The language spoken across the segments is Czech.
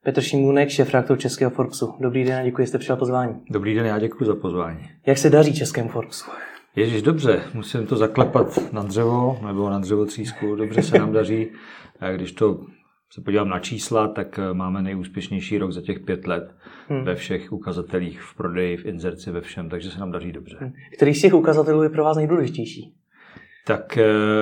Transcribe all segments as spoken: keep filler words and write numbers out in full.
Petr Šimůnek, šéfredaktor českého Forbesu. Dobrý den a děkuji, že jste přijal pozvání. Dobrý den, já děkuji za pozvání. Jak se daří českému Forbesu? Ježiš, dobře, musím to zaklepat na dřevo nebo na dřevotřísku, dobře se nám daří. Když to se podívám na čísla, tak máme nejúspěšnější rok za těch pět let hmm. ve všech ukazatelích, v prodeji, v inzerci, ve všem, takže se nám daří dobře. Hmm. Který z těch ukazatelů je pro vás nejdůležitější? Tak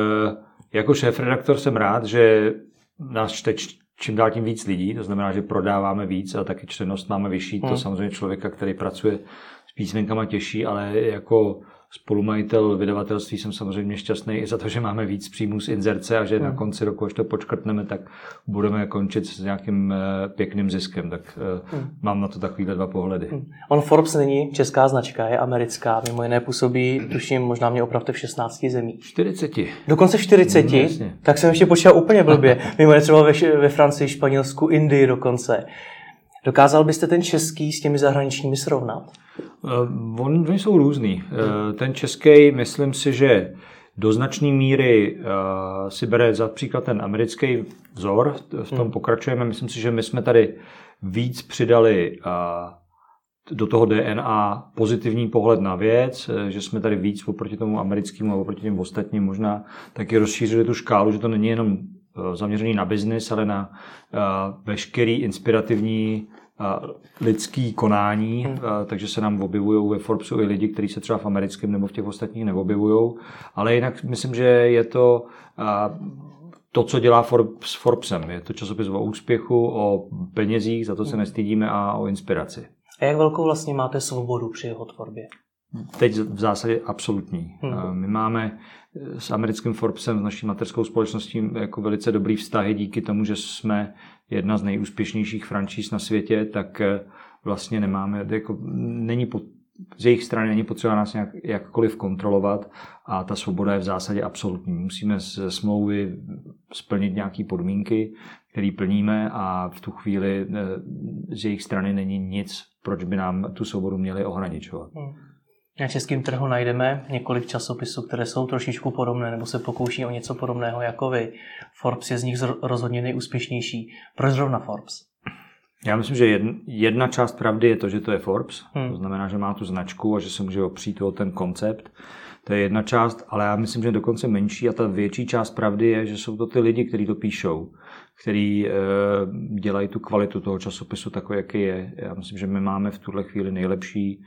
jako šéfredaktor jsem rád, že nás čte čím dál tím víc lidí, to znamená, že prodáváme víc a taky čtenost máme vyšší. Hmm. To samozřejmě člověka, který pracuje s písmenkama těší, ale jako spolumajitel vydavatelství jsem samozřejmě šťastný i za to, že máme víc příjmů z inzerce a že hmm. na konci roku, až to počkrtneme, tak budeme končit s nějakým pěkným ziskem. Tak hmm. mám na to takovýhle dva pohledy. Hmm. On Forbes není česká značka, je americká. Mimo jiné působí, tuším, možná mě opravdu v šestnácti zemích. čtyřiceti. Dokonce v čtyřiceti? No, tak jsem ještě počítal úplně blbě. Mimo jiné třeba ve, ve Francii, Španělsku, Indii dokonce. Dokázal byste ten český s těmi zahraničními srovnat? Uh, Oni jsou různý. Uh, ten český, myslím si, že do značné míry uh, si bere za příklad ten americký vzor, v tom hmm. pokračujeme. Myslím si, že my jsme tady víc přidali uh, do toho D N A pozitivní pohled na věc, že jsme tady víc oproti tomu americkému a oproti těm ostatním možná taky rozšířili tu škálu, že to není jenom zaměřený na biznis, ale na uh, veškerý inspirativní uh, lidský konání, hmm. uh, takže se nám objevují ve Forbesu i lidi, kteří se třeba v americkém nebo v těch ostatních neobjevují, ale jinak myslím, že je to uh, to, co dělá Forbes s Forbesem. Je to časopis o úspěchu, o penězích, za to se nestydíme, a o inspiraci. A jak velkou vlastně máte svobodu při jeho tvorbě? Teď v zásadě absolutní. Hmm. My máme s americkým Forbesem, s naší mateřskou společností, jako velice dobrý vztahy díky tomu, že jsme jedna z nejúspěšnějších franšíz na světě, tak vlastně nemáme, jako není po, z jejich strany není potřeba nás nějak, jakkoliv kontrolovat a ta svoboda je v zásadě absolutní. Musíme ze smlouvy splnit nějaké podmínky, které plníme, a v tu chvíli z jejich strany není nic, proč by nám tu svobodu měli ohraničovat. Hmm. Na českém trhu najdeme několik časopisů, které jsou trošičku podobné nebo se pokouší o něco podobného jako vy. Forbes je z nich rozhodně nejúspěšnější. Proč zrovna Forbes? Já myslím, že jedna část pravdy je to, že to je Forbes. Hmm. To znamená, že má tu značku a že se může opřít o ten koncept. To je jedna část, ale já myslím, že dokonce menší a ta větší část pravdy je, že jsou to ty lidi, kteří to píšou, kteří e, dělají tu kvalitu toho časopisu takový, jaký je. Já myslím, že my máme v tuhle chvíli nejlepší e,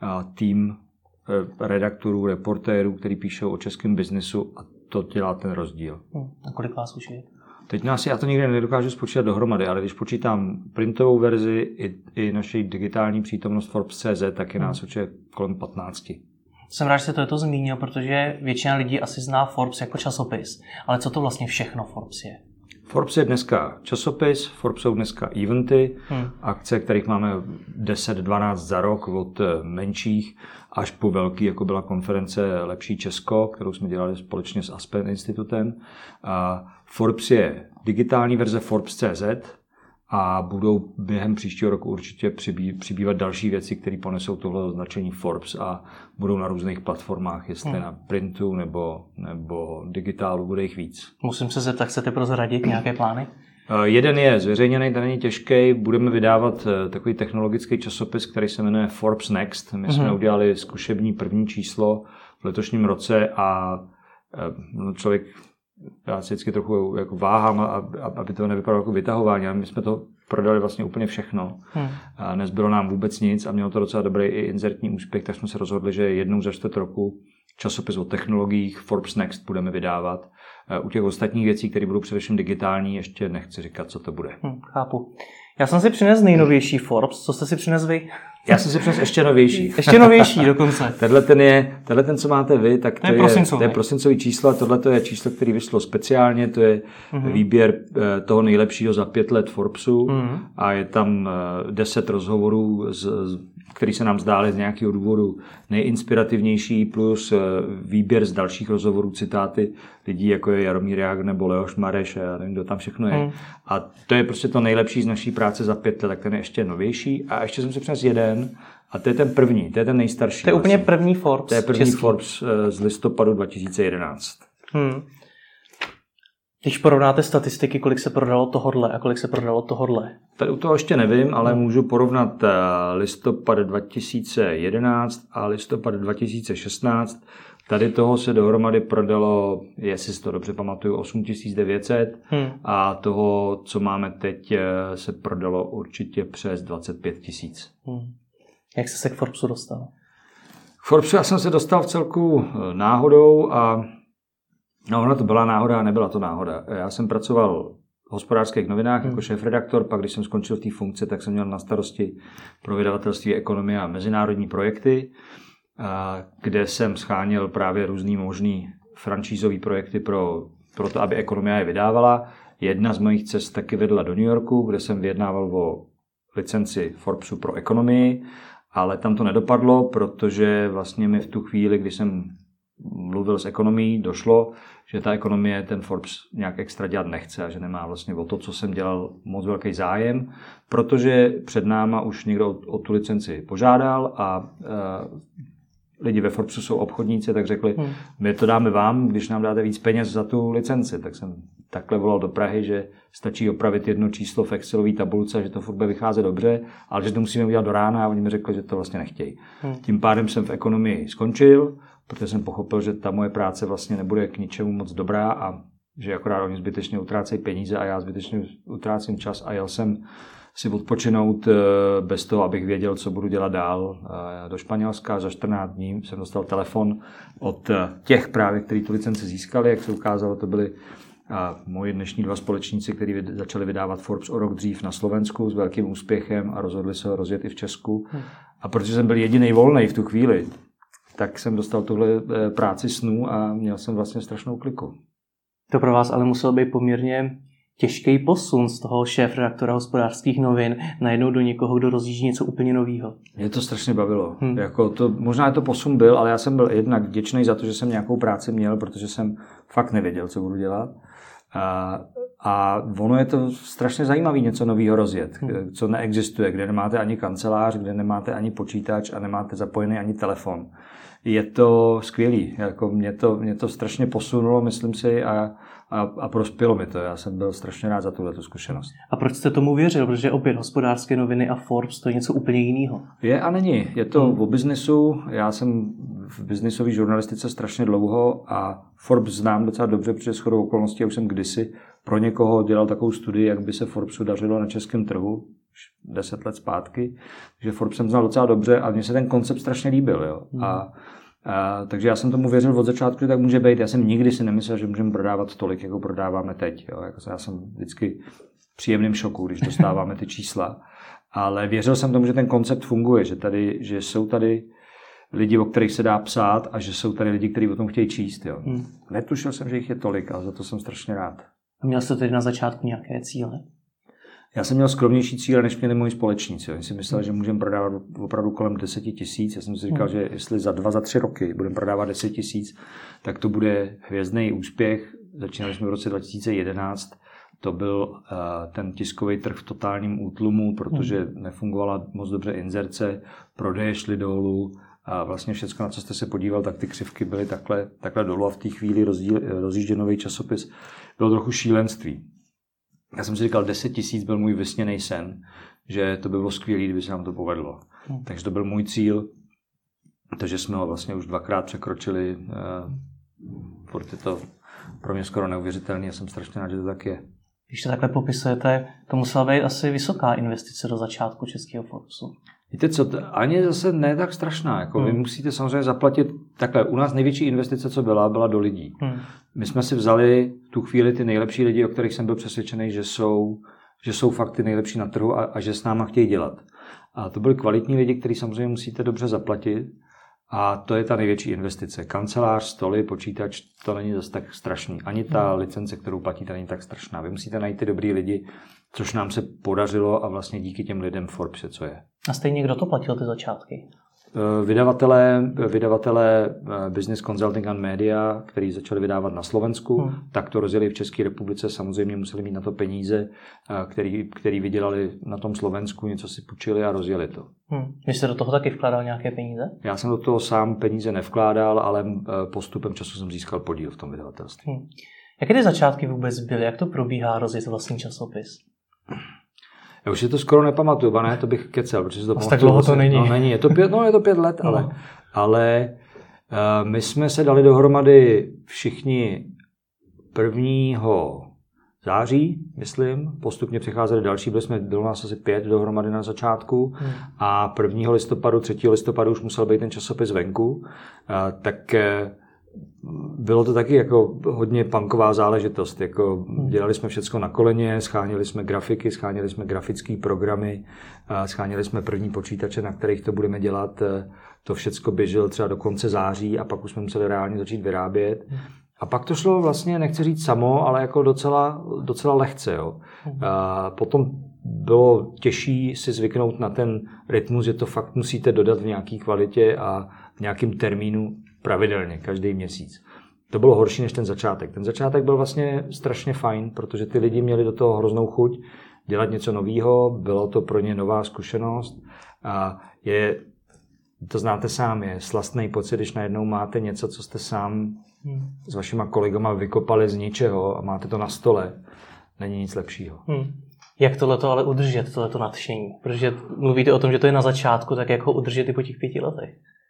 tým redaktorů, reportérů, který píšou o českém biznesu, a to dělá ten rozdíl. Hmm. A kolik vás už je? Teď nás, já to nikdy nedokážu spočítat dohromady, ale když počítám printovou verzi i, i naši digitální přítomnost Forbes tečka cé zet, tak je nás hmm. určitě kolem patnácti. Jsem rád, že jste to, to zmínil, protože většina lidí asi zná Forbes jako časopis. Ale co to vlastně všechno Forbes je? Forbes je dneska časopis, Forbes jsou dneska eventy, hmm. akce, kterých máme deset dvanáct za rok, od menších až po velký, jako byla konference Lepší Česko, kterou jsme dělali společně s Aspen institutem. A Forbes je digitální verze Forbes tečka cé zet a budou během příštího roku určitě přibývat další věci, které ponesou tohle označení Forbes a budou na různých platformách, jestli hmm. na printu nebo, nebo digitálu, bude jich víc. Musím se zeptat, chcete prozradit nějaké plány? Jeden je zveřejněný, ten není těžký. Budeme vydávat takový technologický časopis, který se jmenuje Forbes Next. My jsme mm-hmm. udělali zkušební první číslo v letošním roce a člověk, já si vždycky trochu jako váhám, aby to nevypadalo jako vytahování, ale my jsme to prodali vlastně úplně všechno. Hmm. A nezbylo nám vůbec nic a mělo to docela dobrý i inzertní úspěch, tak jsme se rozhodli, že jednou za čtvrt roku časopis o technologiích Forbes Next budeme vydávat. U těch ostatních věcí, které budou především digitální, ještě nechci říkat, co to bude. Hmm, chápu. Já jsem si přinesl nejnovější Forbes. Co jste si přinesl vy? Já jsem si přinesl ještě novější. Ještě novější dokonce. tenhle ten je, tenhle ten, co máte vy, tak to, to, je, prosincový. to je prosincový číslo a tohle to je číslo, který vyšlo speciálně. To je mm-hmm. výběr toho nejlepšího za pět let Forbesu mm-hmm. a je tam deset rozhovorů, z, z, který se nám zdály z nějakého důvodu nejinspirativnější, plus výběr z dalších rozhovorů, citáty lidí, jako je Jaromír Jágr nebo Leoš Mareš, a nevím, kdo tam všechno je. Mm. A to je prostě to nejlepší z naší práce za pět let, tak ten je ještě novější. A ještě jsem si přinesl jeden, a to je ten první, to je ten nejstarší. To je vlastně úplně první Forbes. To je první český Forbes z listopadu dva tisíce jedenáct. Hmm. Když porovnáte statistiky, kolik se prodalo tohodle a kolik se prodalo tohodle? Tady u toho ještě nevím, ale můžu porovnat listopad dva tisíce jedenáct a listopad dva tisíce šestnáct. Tady toho se dohromady prodalo, jestli si to dobře pamatuju, osm tisíc devět set hmm. a toho, co máme teď, se prodalo určitě přes dvacet pět tisíc. Hmm. Jak jsi se k Forbesu dostal? K Forbesu já jsem se dostal v celku náhodou a no, ona to byla náhoda a nebyla to náhoda. Já jsem pracoval v Hospodářských novinách hmm. jako šéfredaktor, pak když jsem skončil v té funkci, tak jsem měl na starosti pro vydavatelství ekonomie a mezinárodní projekty, kde jsem scháněl právě různý možný franšízový projekty pro, pro to, aby ekonomia je vydávala. Jedna z mojich cest taky vedla do New Yorku, kde jsem vyjednával o licenci Forbesu pro ekonomii, ale tam to nedopadlo, protože vlastně mi v tu chvíli, kdy jsem mluvil s ekonomií, došlo, že ta ekonomie ten Forbes nějak extra dělat nechce a že nemá vlastně o to, co jsem dělal, moc velký zájem, protože před náma už někdo o, o tu licenci požádal a e, lidi ve Forbesu jsou obchodníci, tak řekli, hmm. my to dáme vám, když nám dáte víc peněz za tu licenci. Tak jsem takhle volal do Prahy, že stačí opravit jedno číslo v Excelové tabulce, že to furt bude vycházet dobře, ale že to musíme udělat do rána a oni mi řekli, že to vlastně nechtějí. Hmm. Tím pádem jsem v ekonomii skončil, protože jsem pochopil, že ta moje práce vlastně nebude k ničemu moc dobrá a že akorát oni zbytečně utrácejí peníze a já zbytečně utrácím čas a jel jsem si odpočinout bez toho, abych věděl, co budu dělat dál. Do Španělska za čtrnáct dní jsem dostal telefon od těch právě, kteří tu licenci získali. Jak se ukázalo, to byli moji dnešní dva společníci, kteří začali vydávat Forbes o rok dřív na Slovensku s velkým úspěchem a rozhodli se ho rozjet i v Česku. A protože jsem byl jediný volnej v tu chvíli, tak jsem dostal tuhle práci snů a měl jsem vlastně strašnou kliku. To pro vás ale musel být poměrně těžký posun z toho šéfredaktora Hospodářských novin najednou do někoho, kdo rozjíždí něco úplně nového. Mě to strašně bavilo. Hmm. Jako to, možná to posun byl, ale já jsem byl jednak vděčný za to, že jsem nějakou práci měl, protože jsem fakt nevěděl, co budu dělat. A, a ono je to strašně zajímavé něco nového rozjet, hmm. co neexistuje, kde nemáte ani kancelář, kde nemáte ani počítač a nemáte zapojený ani telefon. Je to skvělý, jako mě to, mě to strašně posunulo, myslím si, a, a, a prospělo mi to. Já jsem byl strašně rád za tuhletu zkušenost. A proč jste tomu věřil? Protože opět Hospodářské noviny a Forbes, to je něco úplně jiného. Je a není. Je to hmm. o biznesu. Já jsem v biznisové žurnalistice strašně dlouho a Forbes znám docela dobře, protože shodou okolností já už jsem kdysi pro někoho dělal takovou studii, jak by se Forbesu dařilo na českém trhu, deset let zpátky, takže Forbes jsem znal docela dobře a mně se ten koncept strašně líbil. Jo. Hmm. A, a, takže já jsem tomu věřil od začátku, že tak může být. Já jsem nikdy si nemyslel, že můžeme prodávat tolik, jako prodáváme teď. Jo. Jako já jsem vždycky v příjemném šoku, když dostáváme ty čísla. Ale věřil jsem tomu, že ten koncept funguje, že, tady, že jsou tady lidi, o kterých se dá psát a že jsou tady lidi, kteří o tom chtějí číst. Jo. Hmm. Netušil jsem, že jich je tolik, ale za to jsem strašně rád. A měl jste tedy na začátku nějaké cíle? Já jsem měl skromnější cíle, než měli moji společníci. Oni si mysleli, že můžeme prodávat opravdu kolem deset tisíc. Já jsem si říkal, že jestli za dva, za tři roky budeme prodávat deset tisíc, tak to bude hvězdný úspěch. Začínali jsme v roce dva tisíce jedenáct. To byl uh, ten tiskový trh v totálním útlumu, protože nefungovala moc dobře inzerce, prodeje šly dolů a vlastně všechno, na co jste se podíval, tak ty křivky byly takhle, takhle dolů a v té chvíli rozjížděn nový časopis. Bylo trochu šílenství. Já jsem si říkal, deset tisíc byl můj vysněný sen, že to by bylo skvělé, kdyby se nám to povedlo. Hmm. Takže to byl můj cíl, takže jsme ho vlastně už dvakrát překročili. Furt je to pro mě skoro neuvěřitelné, já jsem strašně rád, že to tak je. Když to takhle popisujete, to musela být asi vysoká investice do začátku českého Forbesu. Víte co, ani zase ne tak strašná. Jako hmm. Vy musíte samozřejmě zaplatit takhle. U nás největší investice, co byla, byla do lidí. Hmm. My jsme si vzali tu chvíli ty nejlepší lidi, o kterých jsem byl přesvědčený, že jsou, že jsou fakt ty nejlepší na trhu a, a že s náma chtějí dělat. A to byli kvalitní lidi, kteří samozřejmě musíte dobře zaplatit. A to je ta největší investice. Kancelář, stoly, počítač, to není zase tak strašný. Ani ta licence, kterou platíte, není tak strašná. Vy musíte najít ty dobrý lidi, což nám se podařilo a vlastně díky těm lidem Forbes je, co je. A stejně kdo to platil ty začátky? Vydavatelé, vydavatelé Business Consulting and Media, kteří začali vydávat na Slovensku, hmm. tak to rozjeli v České republice. Samozřejmě museli mít na to peníze, který, který vydělali na tom Slovensku, něco si půjčili a rozjeli to. Hmm. Vy jste do toho taky vkládal nějaké peníze? Já jsem do toho sám peníze nevkládal, ale postupem času jsem získal podíl v tom vydavatelství. Hmm. Jaké ty začátky vůbec byly? Jak to probíhá rozjet vlastní časopis? Já už si to skoro nepamatuju, ba ne, to bych kecel, protože to tak dlouho to není. No, není, je to pět, no, je to pět let, no. ale, ale uh, my jsme se dali dohromady všichni prvního září, myslím, postupně přicházeli další, byli jsme, bylo nás asi pět dohromady na začátku hmm. a prvního listopadu, třetího listopadu už musel být ten časopis venku, uh, tak uh, bylo to taky jako hodně punková záležitost. Jako dělali jsme všecko na koleně, scháněli jsme grafiky, scháněli jsme grafické programy, scháněli jsme první počítače, na kterých to budeme dělat. To všecko běželo třeba do konce září a pak už jsme museli reálně začít vyrábět. A pak to šlo vlastně, nechci říct samo, ale jako docela, docela lehce. Jo. A potom bylo těžší si zvyknout na ten rytmus, že to fakt musíte dodat v nějaké kvalitě a v nějakém termínu pravidelně, každý měsíc. To bylo horší než ten začátek. Ten začátek byl vlastně strašně fajn, protože ty lidi měli do toho hroznou chuť dělat něco nového, bylo to pro ně nová zkušenost a je, to znáte sám, je slastný pocit, když najednou máte něco, co jste sám hmm. s vašima kolegama vykopali z ničeho a máte to na stole. Není nic lepšího. Hmm. Jak tohleto ale udržet, tohleto nadšení? Protože mluvíte o tom, že to je na začátku, tak jak ho udržet i po těch pěti letech?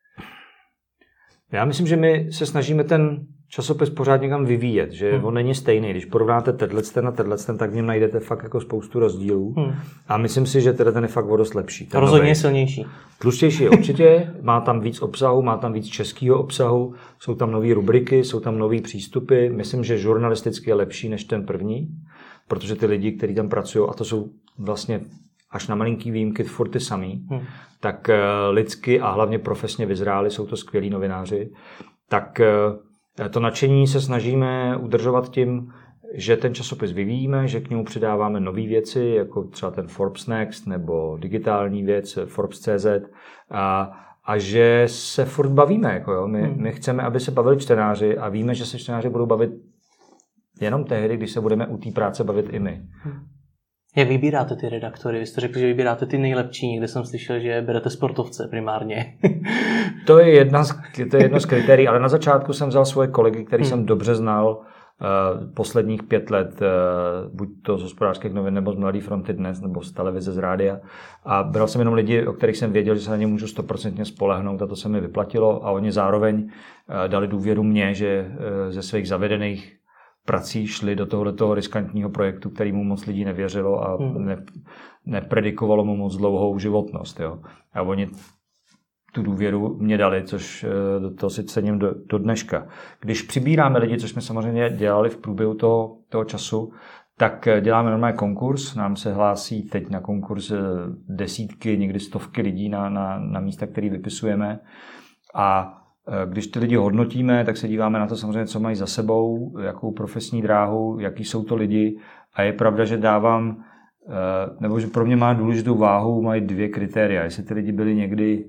Já myslím, že my se snažíme ten časopis pořád někam vyvíjet, že hmm. on není stejný. Když porovnáte tenhle na tenhle, tak v něm najdete fakt jako spoustu rozdílů. Hmm. A myslím si, že teda ten je fakt o dost lepší. Rozhodně je silnější. Tlustější je určitě, má tam víc obsahu, má tam víc českého obsahu, jsou tam nové rubriky, jsou tam nové přístupy. Myslím, že žurnalisticky je lepší než ten první, protože ty lidi, kteří tam pracují, a to jsou vlastně až na malinký výjimky furt ty samý, hmm. tak lidsky a hlavně profesně vyzráli, jsou to skvělí novináři, tak to nadšení se snažíme udržovat tím, že ten časopis vyvíjíme, že k němu přidáváme nové věci, jako třeba ten Forbes Next nebo digitální věc Forbes tečka cé zet a, a že se furt bavíme. Jako jo. My, hmm. my chceme, aby se bavili čtenáři a víme, že se čtenáři budou bavit jenom tehdy, když se budeme u té práce bavit i my. Hmm. Jak vybíráte ty redaktory? Vy jste řekl, že vybíráte ty nejlepší. Někde jsem slyšel, že berete sportovce primárně. To je, jedna z, to je jedno z kritérií, ale na začátku jsem vzal svoje kolegy, který hmm. jsem dobře znal uh, posledních pět let, uh, buď to z Hospodářských novin, nebo z Mladé fronty dnes, nebo z televize, z rádia. A bral jsem jenom lidi, o kterých jsem věděl, že se na ně můžu stoprocentně spolehnout a to se mi vyplatilo. A oni zároveň uh, dali důvěru mně, že uh, ze svých zavedených prací šli do tohoto riskantního projektu, kterýmu moc lidí nevěřilo a hmm. ne, nepredikovalo mu moc dlouhou životnost. Jo. A oni tu důvěru mě dali, což to si cením do, do dneška. Když přibíráme lidi, což jsme samozřejmě dělali v průběhu toho, toho času, tak děláme normálně konkurs. Nám se hlásí teď na konkurs desítky, někdy stovky lidí na, na, na místa, které vypisujeme. A když ty lidi hodnotíme, tak se díváme na to samozřejmě, co mají za sebou, jakou profesní dráhu, jaký jsou to lidi. A je pravda, že dávám, nebo že pro mě má důležitou váhu, mají dvě kritéria. Jestli ty lidi byli někdy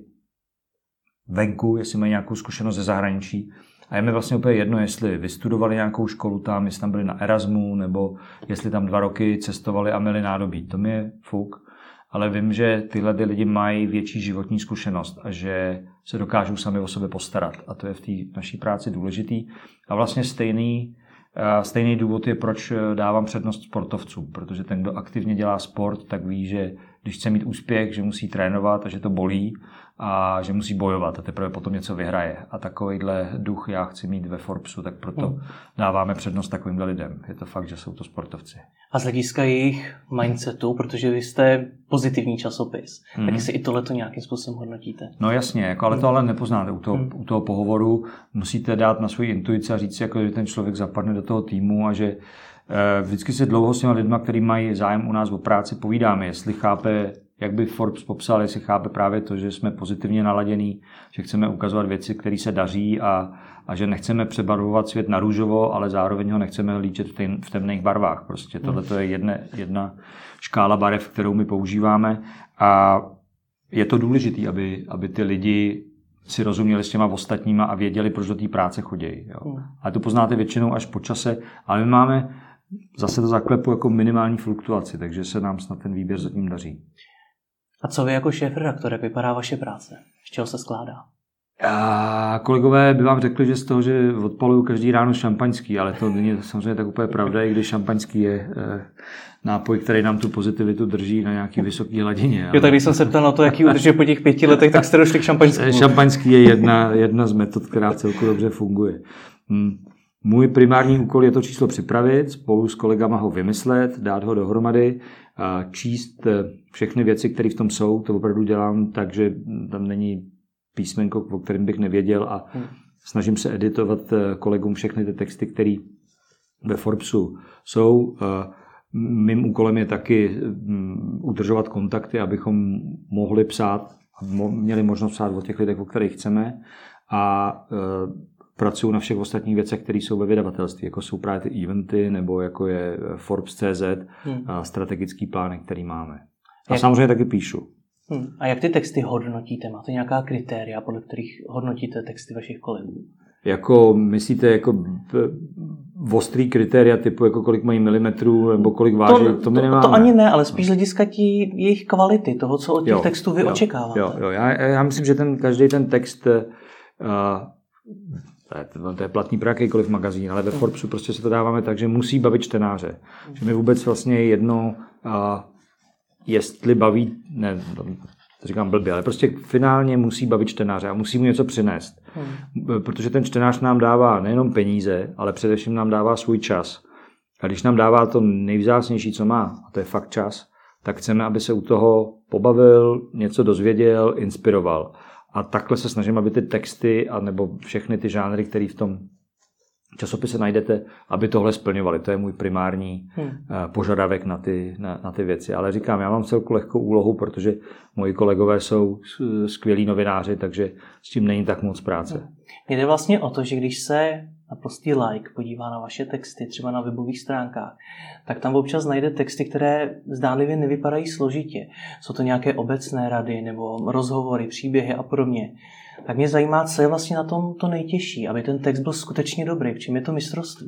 venku, jestli mají nějakou zkušenost ze zahraničí. A je mi vlastně úplně jedno, jestli vystudovali nějakou školu tam, jestli tam byli na Erasmu, nebo jestli tam dva roky cestovali a měli nádobí. To mi je fuk. Ale vím, že tyhle ty lidi mají větší životní zkušenost a že se dokážou sami o sebe postarat. A to je v té naší práci důležitý. A vlastně stejný, stejný důvod je, proč dávám přednost sportovcům. Protože ten, kdo aktivně dělá sport, tak ví, že když chce mít úspěch, že musí trénovat a že to bolí a že musí bojovat a teprve potom něco vyhraje. A takovýhle duch já chci mít ve Forbesu, tak proto hmm. dáváme přednost takovýmhle lidem. Je to fakt, že jsou to sportovci. A z hlediska jejich mindsetu, protože vy jste pozitivní časopis, hmm. tak si i tohleto nějakým způsobem hodnotíte. No jasně, jako, ale to ale nepoznáte. U toho, hmm. u toho pohovoru musíte dát na svoji intuici a říct si, jako, že ten člověk zapadne do toho týmu a že vždycky se dlouho s těma lidma, kteří mají zájem u nás o práci, povídáme, jestli chápe, jak by Forbes popsal, jestli chápe právě to, že jsme pozitivně naladění, že chceme ukazovat věci, které se daří a, a že nechceme přebarvovat svět na růžovo, ale zároveň ho nechceme líčit v, tém, v temných barvách. Prostě tohle to je jedna, jedna škála barev, kterou my používáme a je to důležité, aby, aby ty lidi si rozuměli s těma ostatníma a věděli, proč do té práce chodí. Jo. A to poznáte většinou až po čase, ale my máme zase to zaklepu jako minimální fluktuaci, takže se nám snad ten výběr zatím daří. A co vy jako šéfredaktor, jak vypadá vaše práce? Z čeho se skládá? A kolegové by vám řekli, že z toho, že odpaluju každý ráno šampaňský, ale to není samozřejmě tak úplně pravda, i když šampaňský je eh, nápoj, který nám tu pozitivitu drží na nějaký vysoký hladině. Jo, tak když jsem se ptal na to, jaký udržuje po těch pěti letech, tak jste došli k šampaňskému. Šampaňský je jedna, jedna z metod, která celku dobře funguje. Hmm. Můj primární úkol je to číslo připravit, spolu s kolegama ho vymyslet, dát ho dohromady, číst všechny věci, které v tom jsou. To opravdu dělám tak, že tam není písmenko, o kterém bych nevěděl a snažím se editovat kolegům všechny ty texty, které ve Forbesu jsou. Mým úkolem je taky udržovat kontakty, abychom mohli psát, měli možnost psát o těch lidech, o kterých chceme a pracuji na všech ostatních věcech, které jsou ve vydavatelství, jako jsou právě ty eventy, nebo jako je Forbes tečka cé zet hmm. a strategický plány, který máme. A jak... samozřejmě taky píšu. Hmm. A jak ty texty hodnotíte? Máte nějaká kritéria, podle kterých hodnotíte texty vašich kolegů? Jako, myslíte, jako ostrý kritéria typu, jako kolik mají milimetrů, nebo kolik váží, to, to my nemáme. To ani ne, ale spíš z hlediska tí, jejich kvality, toho, co od těch jo, textů vy jo, očekáváte. Jo, jo. Já, já myslím, že ten, každý ten text... Uh, to je platný pro jakýkoliv magazín, ale ve Forbesu prostě se to dáváme tak, že musí bavit čtenáře. Že mi vůbec vlastně je jedno, jestli baví, ne, to říkám blbě, ale prostě finálně musí bavit čtenáře a musí mu něco přinést. Hmm. Protože ten čtenář nám dává nejenom peníze, ale především nám dává svůj čas. A když nám dává to nejvzácnější, co má, a to je fakt čas, tak chceme, aby se u toho pobavil, něco dozvěděl, inspiroval. A takhle se snažím, aby ty texty a nebo všechny ty žánry, které v tom časopise najdete, aby tohle splňovaly. To je můj primární hmm. požadavek na ty, na, na ty věci. Ale říkám, já mám celku lehkou úlohu, protože moji kolegové jsou skvělí novináři, takže s tím není tak moc práce. Mně jde vlastně o to, že když se naprostý like podívá na vaše texty, třeba na webových stránkách, tak tam občas najde texty, které zdánlivě nevypadají složitě. Jsou to nějaké obecné rady nebo rozhovory, příběhy a podobně. Tak mě zajímá, co je vlastně na tom to nejtěžší, aby ten text byl skutečně dobrý. V čem je to mistrovství?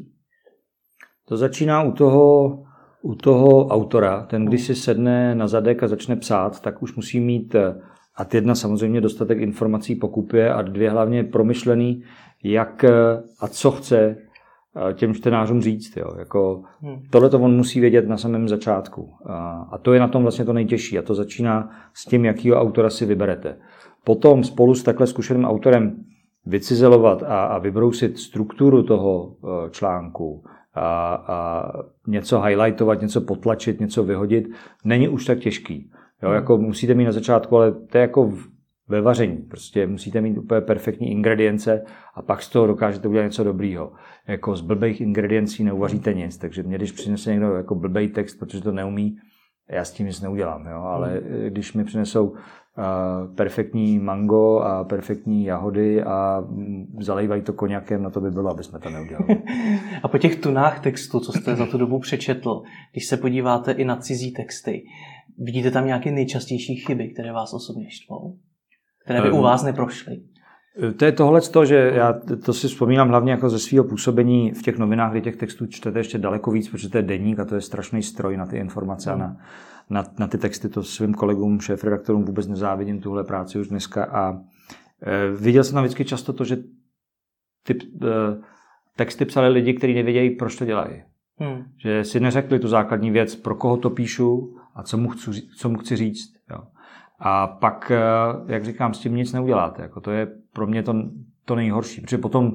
To začíná u toho, u toho autora. Ten, když si sedne na zadek a začne psát, tak už musí mít a jedna samozřejmě dostatek informací po kupě a dvě hlavně promyšlený, jak a co chce těm čtenářům říct. Jo. Jako, hmm. tohle to on musí vědět na samém začátku. A, a to je na tom vlastně to nejtěžší. A to začíná s tím, jakýho autora si vyberete. Potom spolu s takhle zkušeným autorem vycizelovat a, a vybrousit strukturu toho článku a, a něco highlightovat, něco potlačit, něco vyhodit, není už tak těžký. Jo, jako musíte mít na začátku, ale to je jako ve vaření. Prostě musíte mít úplně perfektní ingredience a pak z toho dokážete udělat něco dobrýho. Jako z blbých ingrediencí neuvaříte nic, takže mě, když přinese někdo jako blbej text, protože to neumí, já s tím nic neudělám. Jo? Ale když mi přinesou uh, perfektní mango a perfektní jahody a zalejvají to koněkem, no to by bylo, aby jsme to neudělali. A po těch tunách textu, co jste za tu dobu přečetl, když se podíváte i na cizí texty, vidíte tam nějaké nejčastější chyby, které vás osobně štvou? Které by u vás neprošly? To je tohle z toho, že já to si vzpomínám hlavně jako ze svého působení v těch novinách, kdy těch textů čtete ještě daleko víc, protože to je deník a to je strašný stroj na ty informace hmm. a na, na, na ty texty. To svým kolegům, šéfredaktorům vůbec nezávidím tuhle práci už dneska. A e, viděl jsem tam vždycky často to, že ty e, texty psali lidi, kteří nevědějí, proč to dělají. Hmm. Že si neřekli tu základní věc, pro koho to píšu a co mu chci, co mu chci říct. Jo. A pak, jak říkám, s tím nic neuděláte. Jako to je pro mě to, to nejhorší, protože potom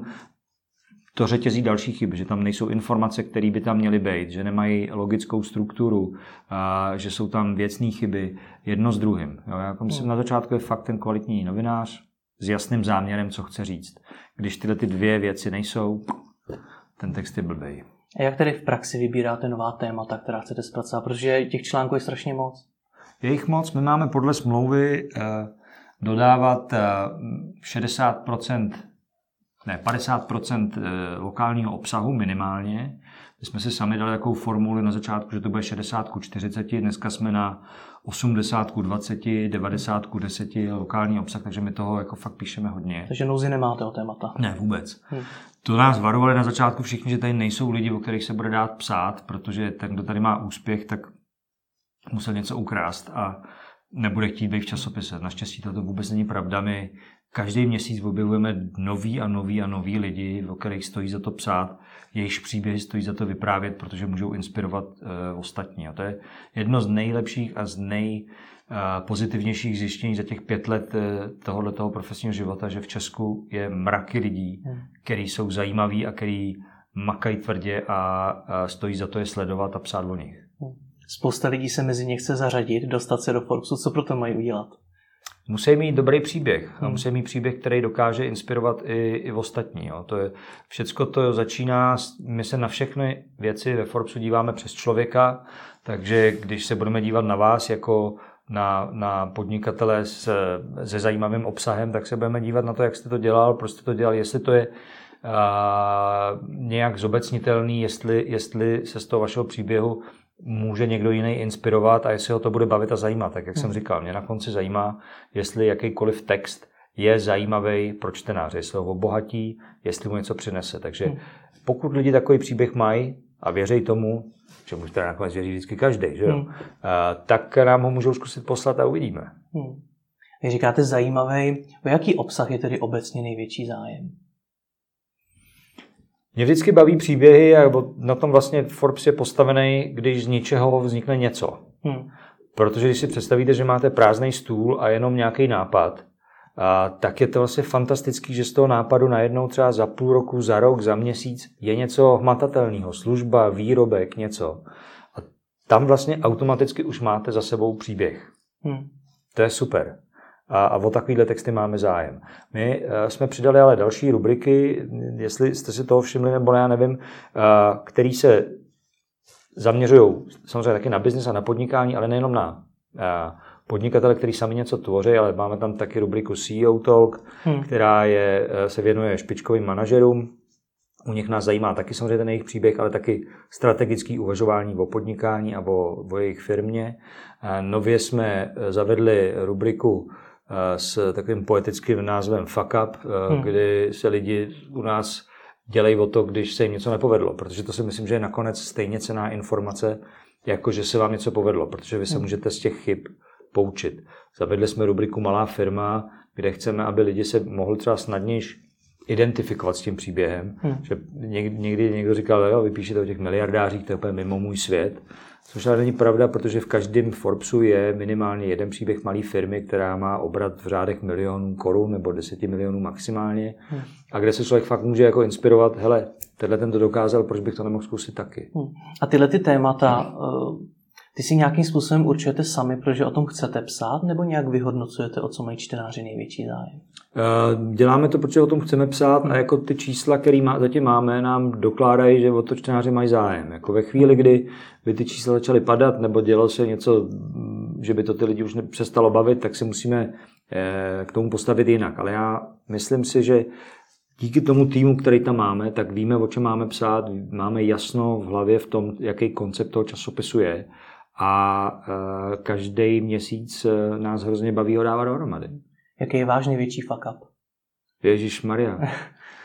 to řetězí další chyby, že tam nejsou informace, které by tam měly být, že nemají logickou strukturu, a že jsou tam věcné chyby, jedno s druhým. Jo, jako myslím, na začátku je fakt ten kvalitní novinář s jasným záměrem, co chce říct. Když tyhle ty dvě věci nejsou, ten text je blbej. A jak tedy v praxi vybíráte nová témata, která chcete zpracovat? Protože těch článků je strašně moc. Je jich moc. My máme podle smlouvy eh, dodávat eh, šedesát procent, ne, padesát procent eh, lokálního obsahu minimálně. My jsme si sami dali takovou formuli na začátku, že to bude šedesát ku čtyřiceti. Dneska jsme na osmdesát ku dvaceti, devadesát ku deseti lokální obsah, takže my toho jako fakt píšeme hodně. Takže nouzi nemáte o témata? Ne, vůbec. Hmm. To nás varovali na začátku všichni, že tady nejsou lidi, o kterých se bude dát psát, protože ten, kdo tady má úspěch, tak musel něco ukrást a nebude chtít být v časopise. Naštěstí to vůbec není pravda. My každý měsíc objevujeme nový a nový a nový lidi, o kterých stojí za to psát, jejichž příběhy stojí za to vyprávět, protože můžou inspirovat uh, ostatní. A to je jedno z nejlepších a z nejpozitivnějších zjištění za těch pět let uh, tohoto profesního života, že v Česku je mraky lidí, hmm. který jsou zajímaví a který makají tvrdě a, a stojí za to je sledovat a psát o nich. Hmm. Spousta lidí se mezi ně chce zařadit, dostat se do Forbesu. Co pro to mají udělat? Musí mít dobrý příběh. Hmm. Musí mít příběh, který dokáže inspirovat i, i ostatní. Jo. To je, všecko to začíná, my se na všechny věci ve Forbesu díváme přes člověka, takže když se budeme dívat na vás jako na, na podnikatele s, se zajímavým obsahem, tak se budeme dívat na to, jak jste to dělal, proč jste to dělal, jestli to je a, nějak zobecnitelný, jestli, jestli se z toho vašeho příběhu může někdo jiný inspirovat a jestli ho to bude bavit a zajímat. Tak jak jsem říkal, mě na konci zajímá, jestli jakýkoliv text je zajímavý pro čtenáře, jestli ho obohatí, jestli mu něco přinese. Takže pokud lidi takový příběh mají a věří tomu, že může teda nakonec věří vždycky každý, že jo? Hmm. tak nám ho můžou zkusit poslat a uvidíme. Hmm. Vy říkáte zajímavý, o jaký obsah je tedy obecně největší zájem? Mě vždycky baví příběhy a na tom vlastně Forbes je postavený, když z ničeho vznikne něco. Hmm. Protože když si představíte, že máte prázdný stůl a jenom nějaký nápad, a tak je to vlastně fantastický, že z toho nápadu najednou třeba za půl roku, za rok, za měsíc je něco hmatatelného, služba, výrobek, něco. A tam vlastně automaticky už máte za sebou příběh. Hmm. To je super. A, a o takovýhle texty máme zájem. My uh, jsme přidali ale další rubriky, jestli jste si toho všimli, nebo ne, já nevím, uh, který se zaměřují samozřejmě taky na biznis a na podnikání, ale nejenom na uh, podnikatele, který sami něco tvoří, ale máme tam taky rubriku C E O Talk, hmm. která je, se věnuje špičkovým manažerům. U nich nás zajímá taky samozřejmě ten jejich příběh, ale taky strategický uvažování o podnikání a o, o jejich firmě. Nově jsme zavedli rubriku s takovým poetickým názvem Fuck Up, hmm. kdy se lidi u nás dělají o to, když se jim něco nepovedlo, protože to si myslím, že je nakonec stejně cenná informace, jako že se vám něco povedlo, protože vy se hmm. můžete z těch chyb poučit. Zavedli jsme rubriku Malá firma, kde chceme, aby lidi se mohli třeba snadněji identifikovat s tím příběhem. Hmm. Že někdy, někdy někdo říkal, jo, vy píšete o těch miliardářích, to je úplně mimo můj svět. Což ale není pravda, protože v každém Forbesu je minimálně jeden příběh malé firmy, která má obrat v řádech milionů korun nebo deseti milionů maximálně. Hmm. A kde se člověk fakt může jako inspirovat, hele, tenhle ten to dokázal, proč bych to nemohl zkusit taky. Hmm. A tyhle ty témata, hmm. ty si nějakým způsobem určujete sami, protože o tom chcete psát, nebo nějak vyhodnocujete, o co mají čtenáři největší zájem? Děláme to, protože o tom chceme psát a jako ty čísla, které má, zatím máme, nám dokládají, že o to čtenáři mají zájem. Jako ve chvíli, kdy by ty čísla začaly padat nebo dělalo se něco, že by to ty lidi už přestalo bavit, tak se musíme k tomu postavit jinak. Ale já myslím si, že díky tomu týmu, který tam máme, tak víme, o čem máme psát, máme jasno v hlavě v tom, jaký koncept toho časopisu je. A uh, každý měsíc uh, nás hrozně baví ho dávat dohromady. Jaký je váš největší fuck up? Ježišmarja. uh,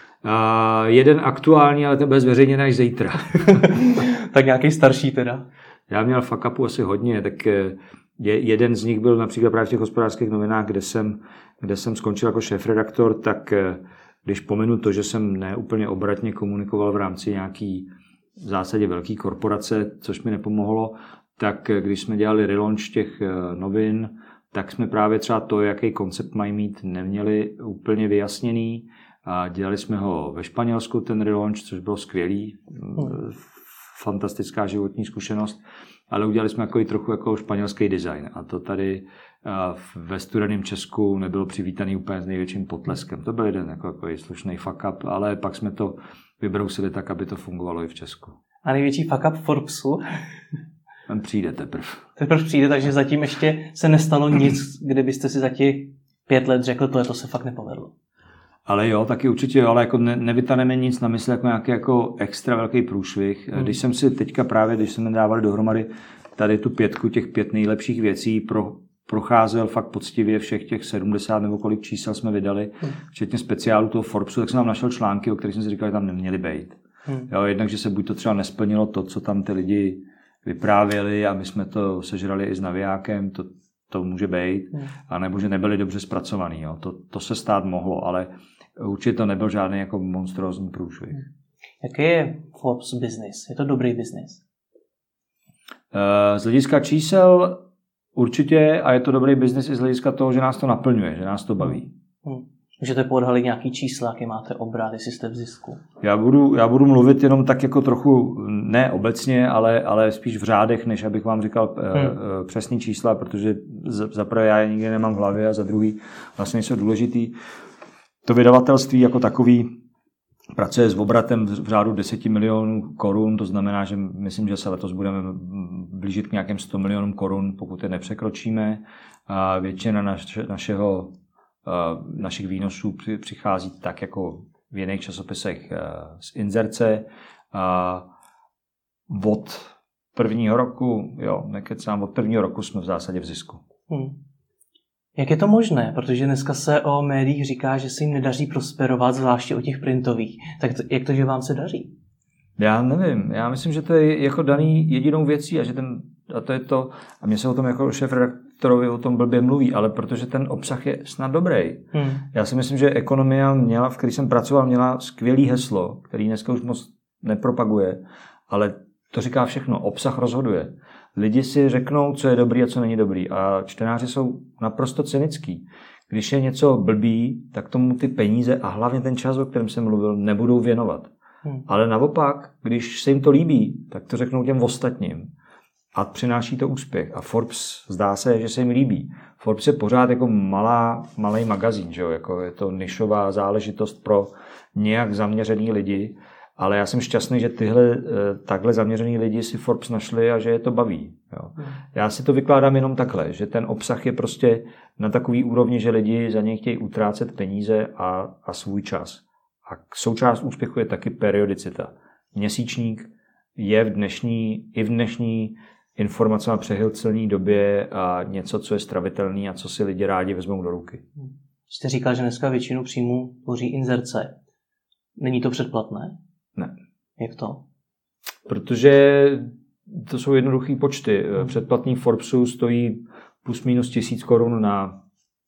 jeden aktuální, ale ten bude zveřejněn až zítra. Tak nějaký starší teda? Já měl fuck upů asi hodně, tak uh, je, jeden z nich byl například právě v těch Hospodářských novinách, kde jsem, kde jsem skončil jako šéfredaktor, tak uh, když pominu to, že jsem neúplně obratně komunikoval v rámci nějaký v zásadě velký korporace, což mi nepomohlo, tak když jsme dělali relaunch těch novin, tak jsme právě třeba to, jaký koncept mají mít, neměli úplně vyjasněný. A dělali jsme ho ve Španělsku, ten relaunch, což bylo skvělý, hmm. fantastická životní zkušenost, ale udělali jsme jako i trochu jako španělský design. A to tady ve studeném Česku nebylo přivítaný úplně s největším potleskem. To byl jeden jako, jako slušný fuck up, ale pak jsme to vybrousili tak, aby to fungovalo i v Česku. A největší fuck up Forbesu? Ten přijde teprve. Teprve přijde, takže zatím ještě se nestalo nic, kdybyste si za těch pět let řekl, tohle to se fakt nepovedlo. Ale jo, taky určitě, ale jako ne, nevytaneme nic na mysli jako nějaký jako extra velký průšvih. Hmm. Když jsem si teďka právě, když jsme dávali dohromady tady tu pětku těch pět nejlepších věcí, pro, procházel fakt poctivě všech těch sedmdesát nebo kolik čísel jsme vydali, hmm. včetně speciálu toho Forbesu, tak jsem tam našel články, o kterých jsem si říkal, že tam neměly být. Hmm. Jo, jednak, že se buď to třeba nesplnilo to, co tam ty lidi vyprávěli a my jsme to sežrali i s navijákem, to to může být, hmm. anebo že nebyly dobře zpracovaný. Jo. To, to se stát mohlo, ale určitě to nebyl žádný jako monstrózní průšvih. Hmm. Jaký je Forbes business? Je to dobrý business? Z hlediska čísel určitě a je to dobrý business i z hlediska toho, že nás to naplňuje, že nás to baví. Hmm. Můžete podhalit nějaký čísla, jaký máte obrat, jestli jste v zisku? Já budu, já budu mluvit jenom tak jako trochu, ne obecně, ale, ale spíš v řádech, než abych vám říkal hmm. přesný čísla, protože za prvé já je nikdy nemám v hlavě a za druhý vlastně jsou důležitý. To vydavatelství jako takový pracuje s obratem v řádu deset milionů korun, to znamená, že myslím, že se letos budeme blížit k nějakým sto milionům korun, pokud je nepřekročíme. A většina naš, našeho, našich výnosů přichází tak jako v jiných časopisech z inzerce. A od prvního roku, jo, nekecám, od prvního roku jsme v zásadě v zisku. Hmm. Jak je to možné? Protože dneska se o médiích říká, že se jim nedaří prosperovat, zvláště o těch printových. Tak to, jak to, že vám se daří? Já nevím. Já myslím, že to je jako daný jedinou věcí a že ten, a to je to, a mě se o tom jako šéfredaktorovi o tom blbě mluví, ale protože ten obsah je snad dobrý. Hmm. Já si myslím, že Ekonomia měla, v který jsem pracoval, měla skvělý heslo, který dneska už moc nepropaguje, ale to říká všechno. Obsah rozhoduje. Lidi si řeknou, co je dobrý a co není dobrý. A čtenáři jsou naprosto cynický. Když je něco blbý, tak tomu ty peníze a hlavně ten čas, o kterém jsem mluvil, nebudou věnovat. Hmm. Ale naopak, když se jim to líbí, tak to řeknou těm ostatním. A přináší to úspěch. A Forbes zdá se, že se jim líbí. Forbes je pořád jako malá, malý magazín. Že jo? Jako je to nišová záležitost pro nějak zaměřený lidi. Ale já jsem šťastný, že tyhle takhle zaměřený lidi si Forbes našli a že je to baví. Jo. Hmm. Já si to vykládám jenom takhle, že ten obsah je prostě na takový úrovni, že lidi za něj chtějí utrácet peníze a, a svůj čas. A součást úspěchu je taky periodicita. Měsíčník je v dnešní, i v dnešní informace na přehlcelné době a něco, co je stravitelný a co si lidi rádi vezmou do ruky. Hmm. Jste říkal, že dneska většinu příjmů tvoří inzerce. Není to předplatné? Ne. Jak to? Protože to jsou jednoduché počty. Předplatný Forbesu stojí plus minus tisíc korun na,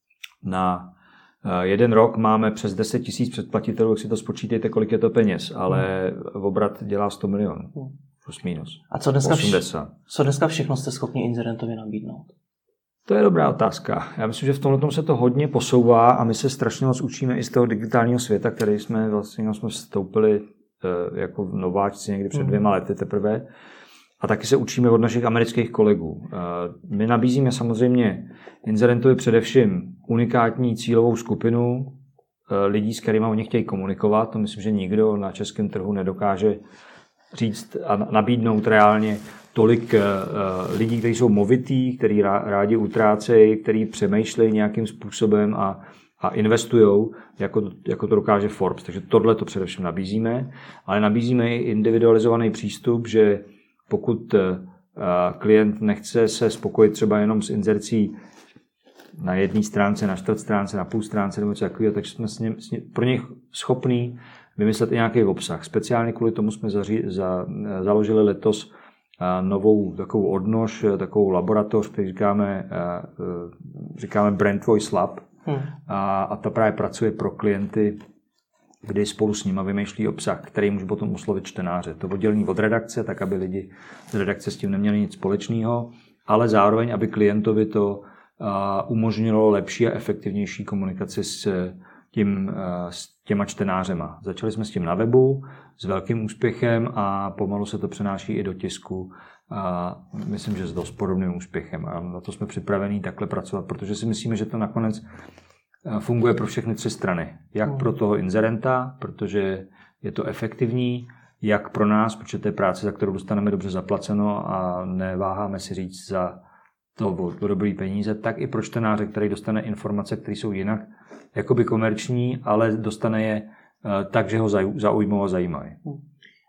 na jeden rok. Máme přes deset tisíc předplatitelů, jak si to spočítejte, kolik je to peněz, ale obrat dělá sto milionů. Plus minus. A co dneska, vš- co dneska všechno jste schopni inzerentovi nabídnout? To je dobrá otázka. Já myslím, že v tomhle se to hodně posouvá a my se strašně moc učíme i z toho digitálního světa, který jsme vlastně jsme vstoupili jako nováčci někdy před dvěma lety teprve. A taky se učíme od našich amerických kolegů. My nabízíme samozřejmě inzerentovi především unikátní cílovou skupinu lidí, s kterými oni chtějí komunikovat. To myslím, že nikdo na českém trhu nedokáže říct a nabídnout reálně tolik lidí, kteří jsou movití, kteří rádi utrácejí, kteří přemýšlejí nějakým způsobem a a investujou, jako, jako to dokáže Forbes. Takže tohle to především nabízíme, ale nabízíme i individualizovaný přístup, že pokud klient nechce se spokojit třeba jenom s inzercí na jedné stránce, na čtvrt stránce, na půl stránce nebo něco takového, takže jsme s ním, s ním, pro něj schopní vymyslet i nějaký obsah. Speciálně kvůli tomu jsme zaři, za, založili letos novou takovou odnož, takovou laboratoř, který říkáme, říkáme Brand Voice Lab, Hmm. A, a ta právě pracuje pro klienty, kdy spolu s nimi vymýšlí obsah, který může potom uslovit čtenáře. To oddělení od redakce, tak aby lidi z redakce s tím neměli nic společného, ale zároveň, aby klientovi to a, umožnilo lepší a efektivnější komunikaci s, tím, a, s těma čtenářema. Začali jsme s tím na webu s velkým úspěchem a pomalu se to přenáší i do tisku. A myslím, že s dost podobným úspěchem. A na to jsme připravení takhle pracovat, protože si myslíme, že to nakonec funguje pro všechny tři strany. Jak pro toho inzerenta, protože je to efektivní, jak pro nás, protože to je práce, za kterou dostaneme dobře zaplaceno a neváháme si říct za to o dobrý peníze, tak i pro čtenáře, který dostane informace, které jsou jinak jakoby komerční, ale dostane je tak, že ho zaujmou a zajímají.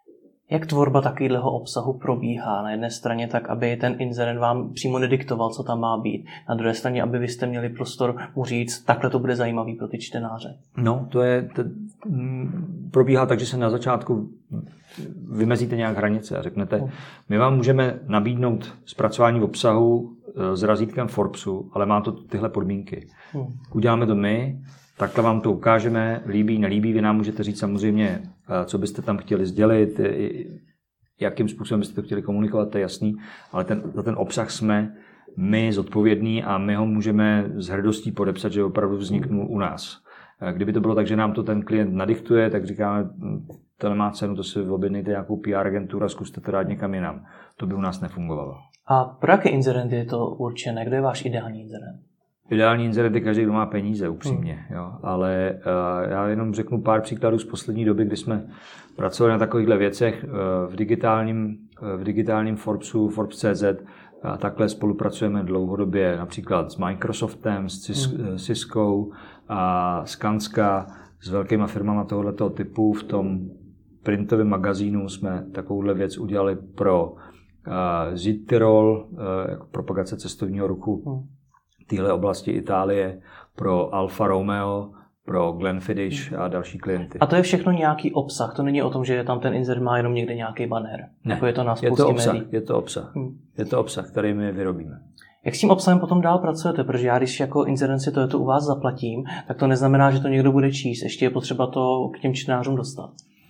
Jak tvorba takového obsahu probíhá? Na jedné straně tak, aby ten inzerent vám přímo nediktoval, co tam má být. Na druhé straně, aby vy jste měli prostor mu říct, takhle to bude zajímavý pro ty čtenáře. No, to je, to, m, probíhá tak, že se na začátku vymezíte nějak hranice a řeknete, my vám můžeme nabídnout zpracování obsahu s razítkem Forbesu, ale má to tyhle podmínky. Hmm. Uděláme to my, takhle vám to ukážeme, líbí, nelíbí, vy nám můžete říct samozřejmě, co byste tam chtěli sdělit, jakým způsobem byste to chtěli komunikovat, to je jasný, ale ten, za ten obsah jsme my zodpovědní a my ho můžeme s hrdostí podepsat, že opravdu vzniknul u nás. Kdyby to bylo tak, že nám to ten klient nadiktuje, tak říkáme, to nemá cenu, to si objednejte nějakou P R agenturu a zkuste to dát někam jinam. To by u nás nefungovalo. A pro jaké inzerenty je to určené? Kdo je váš ideální inzerent? Ideální inzerent je každý, kdo má peníze, upřímně. Hmm. Jo. Ale uh, já jenom řeknu pár příkladů z poslední doby, kdy jsme pracovali na takovýchhle věcech uh, v digitálním, uh, v digitálním Forbesu, Forbes tečka cé zet. A takhle spolupracujeme dlouhodobě například s Microsoftem, s Cis, hmm. Cisco a Skanska, s velkýma firmama tohoto typu. V tom printovém magazínu jsme takovouhle věc udělali pro uh, Südtirol, uh, jako propagace cestovního ruchu hmm. téhle oblasti Itálie, pro Alfa Romeo, pro Glenfiddich a další klienty. A to je všechno nějaký obsah, to není o tom, že tam ten insert má jenom někde nějaký banner. Ne, jako je to na je to obsah, médií. je to obsah. Hmm. Je to obsah, který my vyrobíme. Jak s tím obsahem potom dál pracujete? Protože já, když jako inzerent si to, to u vás zaplatím, tak to neznamená, že to někdo bude číst. Ještě je potřeba to k těm čtenářům dostat.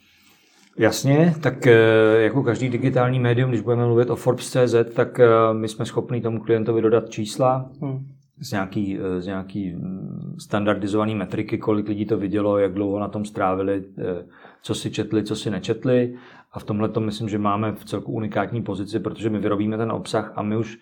Jasně, tak jako každý digitální médium, když budeme mluvit o Forbes tečka cé zet, tak my jsme schopni tomu klientovi dodat čísla hmm. z, nějaký, z nějaký standardizované metriky, kolik lidí to vidělo, jak dlouho na tom strávili, co si četli, co si nečetli. A v tomhle tom myslím, že máme v celku unikátní pozici, protože my vyrobíme ten obsah a my už,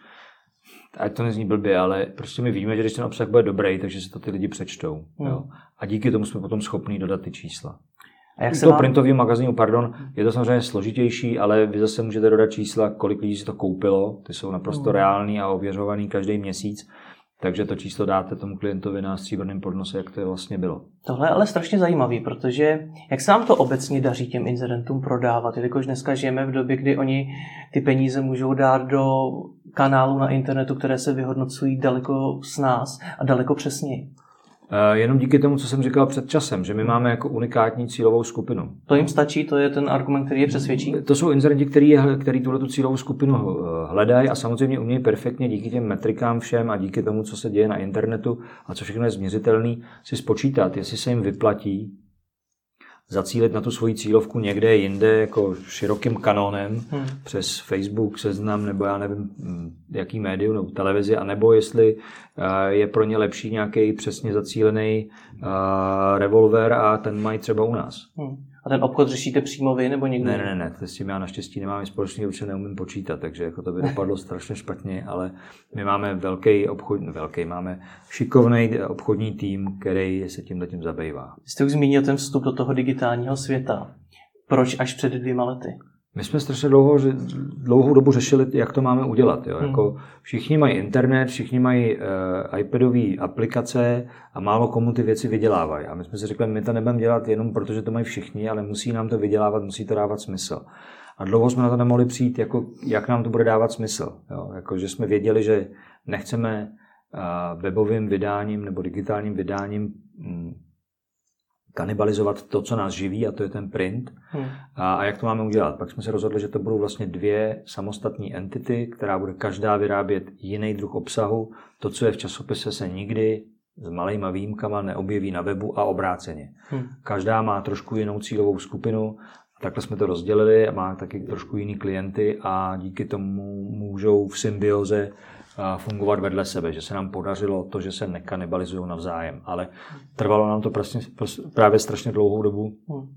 ať to nezní blbě, ale prostě my víme, že když ten obsah bude dobrý, takže si to ty lidi přečtou. Hmm. Jo? A díky tomu jsme potom schopní dodat ty čísla. A jak u toho vám... printového magazínu, pardon, je to samozřejmě složitější, ale vy zase můžete dodat čísla, kolik lidí si to koupilo, ty jsou naprosto mm. reální a ověřovaný každý měsíc, takže to číslo dáte tomu klientovi na stříbrném podnose, jak to vlastně bylo. Tohle je ale strašně zajímavý, protože jak se nám to obecně daří těm inzerentům prodávat, jelikož dneska žijeme v době, kdy oni ty peníze můžou dát do kanálů na internetu, které se vyhodnocují daleko s nás a daleko přesněji. Jenom díky tomu, co jsem říkal před časem, že my máme jako unikátní cílovou skupinu. To jim stačí, to je ten argument, který je přesvědčí? To jsou inzerenti, který, který tuhletu cílovou skupinu hledají a samozřejmě umějí perfektně díky těm metrikám všem a díky tomu, co se děje na internetu a co všechno je změřitelný, si spočítat, jestli se jim vyplatí zacílit na tu svoji cílovku někde jinde, jako širokým kanónem, hmm. přes Facebook, Seznam, nebo já nevím, jaký médium, nebo televizi, anebo jestli je pro ně lepší nějaký přesně zacílený revolver a ten mají třeba u nás. Hmm. A ten obchod řešíte přímo vy, nebo někdo? Ne, ne, ne, to s tím já naštěstí nemám společný, určitě neumím počítat, takže jako to by dopadlo strašně špatně, ale my máme velký obchod, velký, máme šikovný obchodní tým, který se tímhle tím zabývá. Jste už zmínil ten vstup do toho digitálního světa. Proč až před dvěma lety? My jsme strašně dlouho, dlouhou dobu řešili, jak to máme udělat. Jo? Hmm. Jako všichni mají internet, všichni mají uh, iPadové aplikace a málo komu ty věci vydělávají. A my jsme si řekli, my to nebudeme dělat jenom proto, že to mají všichni, ale musí nám to vydělávat, musí to dávat smysl. A dlouho jsme na to nemohli přijít, jako, jak nám to bude dávat smysl. Jo? Jako, že jsme věděli, že nechceme uh, webovým vydáním nebo digitálním vydáním um, kanibalizovat to, co nás živí, a to je ten print. Hmm. A, a jak to máme udělat? Pak jsme se rozhodli, že to budou vlastně dvě samostatné entity, která bude každá vyrábět jiný druh obsahu. To, co je v časopise, se nikdy s malejma výjimkama neobjeví na webu a obráceně. Hmm. Každá má trošku jinou cílovou skupinu. Takhle jsme to rozdělili a má taky trošku jiný klienty a díky tomu můžou v symbioze fungovat vedle sebe, že se nám podařilo to, že se nekanibalizují navzájem, ale trvalo nám to prostě, právě strašně dlouhou dobu,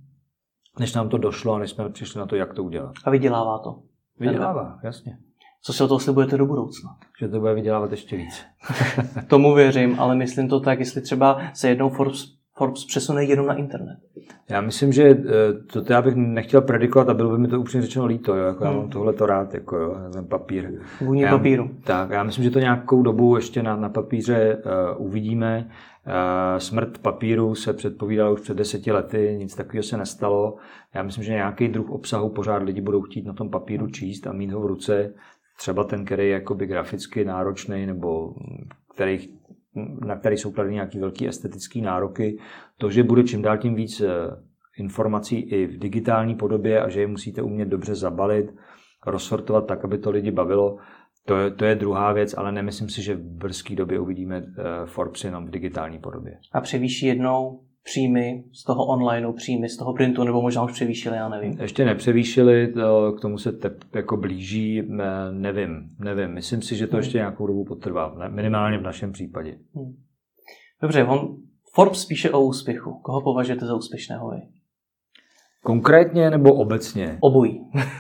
než nám to došlo a než jsme přišli na to, jak to udělat. A vydělává to? Vydělává, jasně. Co si o toho slibujete do budoucna? Že to bude vydělávat ještě víc. Tomu věřím, ale myslím to tak, jestli třeba se jednou Forbes Forbes přesune jenom na internet? Já myslím, že to, to já bych nechtěl predikovat a bylo by mi to upřímně řečeno líto. Jo? Jako hmm. Já mám tohleto rád, jako jo, ten papír. Vůně papíru. Tak, já myslím, že to nějakou dobu ještě na, na papíře uh, uvidíme. Uh, smrt papíru se předpovídala už před deseti lety, nic takového se nestalo. Já myslím, že nějaký druh obsahu pořád lidi budou chtít na tom papíru číst a mít ho v ruce. Třeba ten, který je jakoby graficky náročný nebo který, na který jsou kladeny nějaké velké estetické nároky. To, že bude čím dál tím víc informací i v digitální podobě a že je musíte umět dobře zabalit, rozsortovat tak, aby to lidi bavilo, to je, to je druhá věc, ale nemyslím si, že v brzké době uvidíme Forbes jenom v digitální podobě. A převýší jednou příjmy z toho onlineu, příjmy z toho printu, nebo možná už převýšili, já nevím. Ještě nepřevýšili, to, k tomu se te, jako blíží, nevím, nevím. Myslím si, že to hmm. ještě nějakou dobu potrvá, minimálně v našem případě. Hmm. Dobře, on, Forbes píše o úspěchu. Koho považujete za úspěšného vy? Konkrétně nebo obecně? Obojí.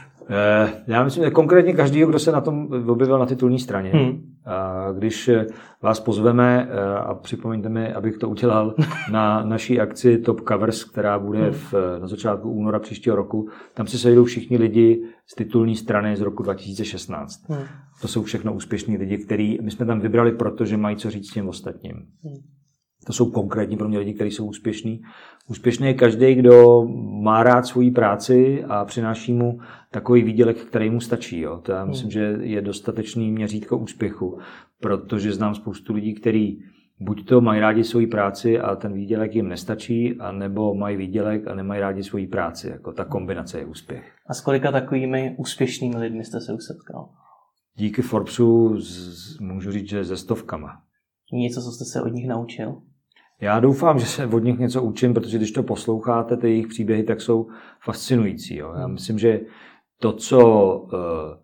Já myslím, že konkrétně každý, kdo se na tom objevil na titulní straně. Hmm. Když vás pozveme, a připomeňte mi, abych to udělal, na naší akci Top Covers, která bude v, na začátku února příštího roku, tam se sejdou všichni lidi z titulní strany z roku dva tisíce šestnáct. Hmm. To jsou všechno úspěšní lidi, který my jsme tam vybrali, protože mají co říct těm ostatním. Hmm. To jsou konkrétní pro mě lidi, kteří jsou úspěšní. Úspěšný je každý, kdo má rád svoji práci a přináší mu takový výdělek, který mu stačí. Jo. To já myslím, že je dostatečný měřítko úspěchu, protože znám spoustu lidí, kteří buď to mají rádi svoji práci a ten výdělek jim nestačí, anebo mají výdělek a nemají rádi svoji práci. Jako ta kombinace je úspěch. A s kolika takovými úspěšnými lidmi jste se už setkal? Díky Forbesu z, můžu říct, že se stovkama. Něco, co jste se od nich naučil? Já doufám, že se od nich něco učím, protože když to posloucháte, ty jejich příběhy, tak jsou fascinující. Jo. Já myslím, že to, co uh,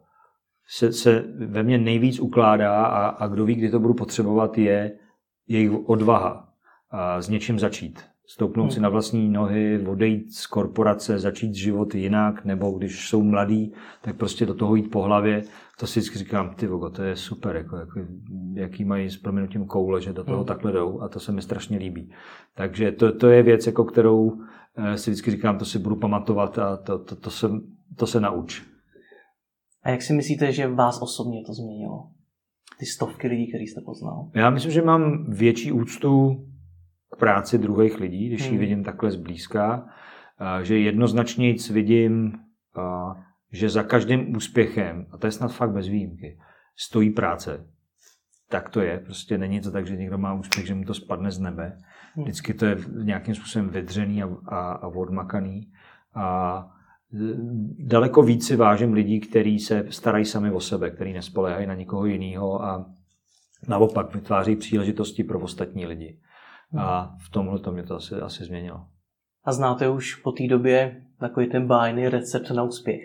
se, se ve mně nejvíc ukládá a, a kdo ví, kdy to budu potřebovat, je jejich odvaha a s něčím začít. Stoupnout hmm. si na vlastní nohy, odejít z korporace, začít život jinak, nebo když jsou mladí, tak prostě do toho jít po hlavě. To si vždycky říkám, ty vogo, to je super, jako, jako, jaký mají s prominutím koule, že do toho hmm. takhle jdou a to se mi strašně líbí. Takže to, to je věc, jako kterou si vždycky říkám, to si budu pamatovat a to, to, to, se, to se nauč. A jak si myslíte, že vás osobně to změnilo? Ty stovky lidí, který jste poznal? Já myslím, že mám větší úctu k práci druhých lidí, když ji hmm. vidím takhle zblízka, že jednoznačně vidím, že za každým úspěchem, a to je snad fakt bez výjimky, stojí práce. Tak to je, prostě není to tak, že někdo má úspěch, že mu to spadne z nebe. Vždycky to je nějakým způsobem vydřený a, a, a odmakaný. A daleko víc si vážím lidí, kteří se starají sami o sebe, kteří nespoléhají na nikoho jiného a naopak vytváří příležitosti pro ostatní lidi. A v tomhle to mě to asi, asi změnilo. A znáte už po té době takový ten bájný recept na úspěch?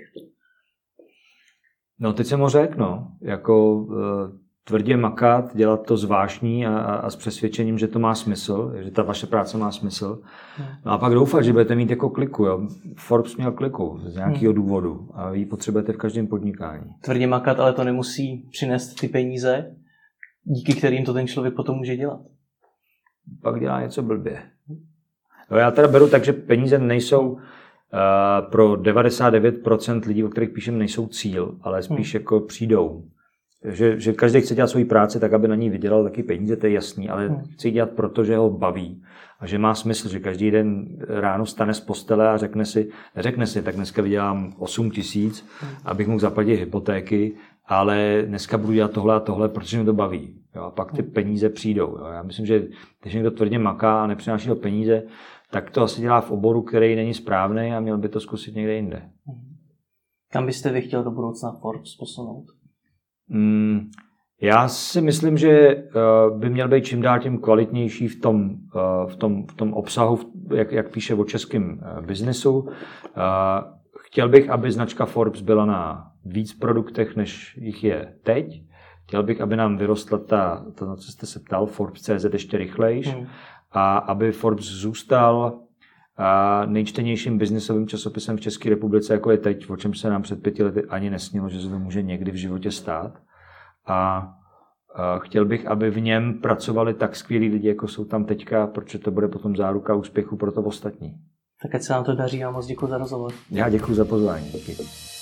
No, teď jsem ho řekl, no. Jako uh, tvrdě makat, dělat to s vášní a, a, a s přesvědčením, že to má smysl, že ta vaše práce má smysl. No a pak doufat, že budete mít jako kliku. Jo. Forbes měl kliku z nějakého hmm. důvodu a vy ji potřebujete v každém podnikání. Tvrdě makat, ale to nemusí přinést ty peníze, díky kterým to ten člověk potom může dělat. Pak dělá něco blbě. No, já teda beru tak, že peníze nejsou uh, pro devadesát devět procent lidí, o kterých píšem, nejsou cíl, ale spíš hmm. jako přijdou. Že, že každý chce dělat svoji práci tak, aby na ní vydělal taky peníze, to je jasný, ale hmm. chce dělat proto, že ho baví a že má smysl, že každý den ráno stane z postele a řekne si, neřekne si, tak dneska vydělám osm tisíc, hmm. abych mohl zaplatit hypotéky, ale dneska budu dělat tohle a tohle, protože mě to baví. Jo, a pak ty peníze přijdou. Jo. Já myslím, že když někdo tvrdě maká a nepřináší do peníze, tak to asi dělá v oboru, který není správný a měl by to zkusit někde jinde. Kam byste vy chtěl do budoucna Forbes posunout? Mm, já si myslím, že uh, by měl být čím dál tím kvalitnější v tom, uh, v tom, v tom obsahu, jak, jak píše o českém uh, biznesu. Uh, chtěl bych, aby značka Forbes byla na víc produktech, než jich je teď. Chtěl bych, aby nám vyrostla ta, to, na co jste se ptal, Forbes tečka cé zet ještě rychlejš hmm. a aby Forbes zůstal a nejčtenějším biznesovým časopisem v České republice, jako je teď, o čem se nám před pěti lety ani nesnilo, že se to může někdy v životě stát. A chtěl bych, aby v něm pracovali tak skvělí lidi, jako jsou tam teďka, protože to bude potom záruka úspěchu pro to ostatní. Tak ať se nám to daří a moc děkuji za rozhovor. Já děkuji za pozvání. Díky.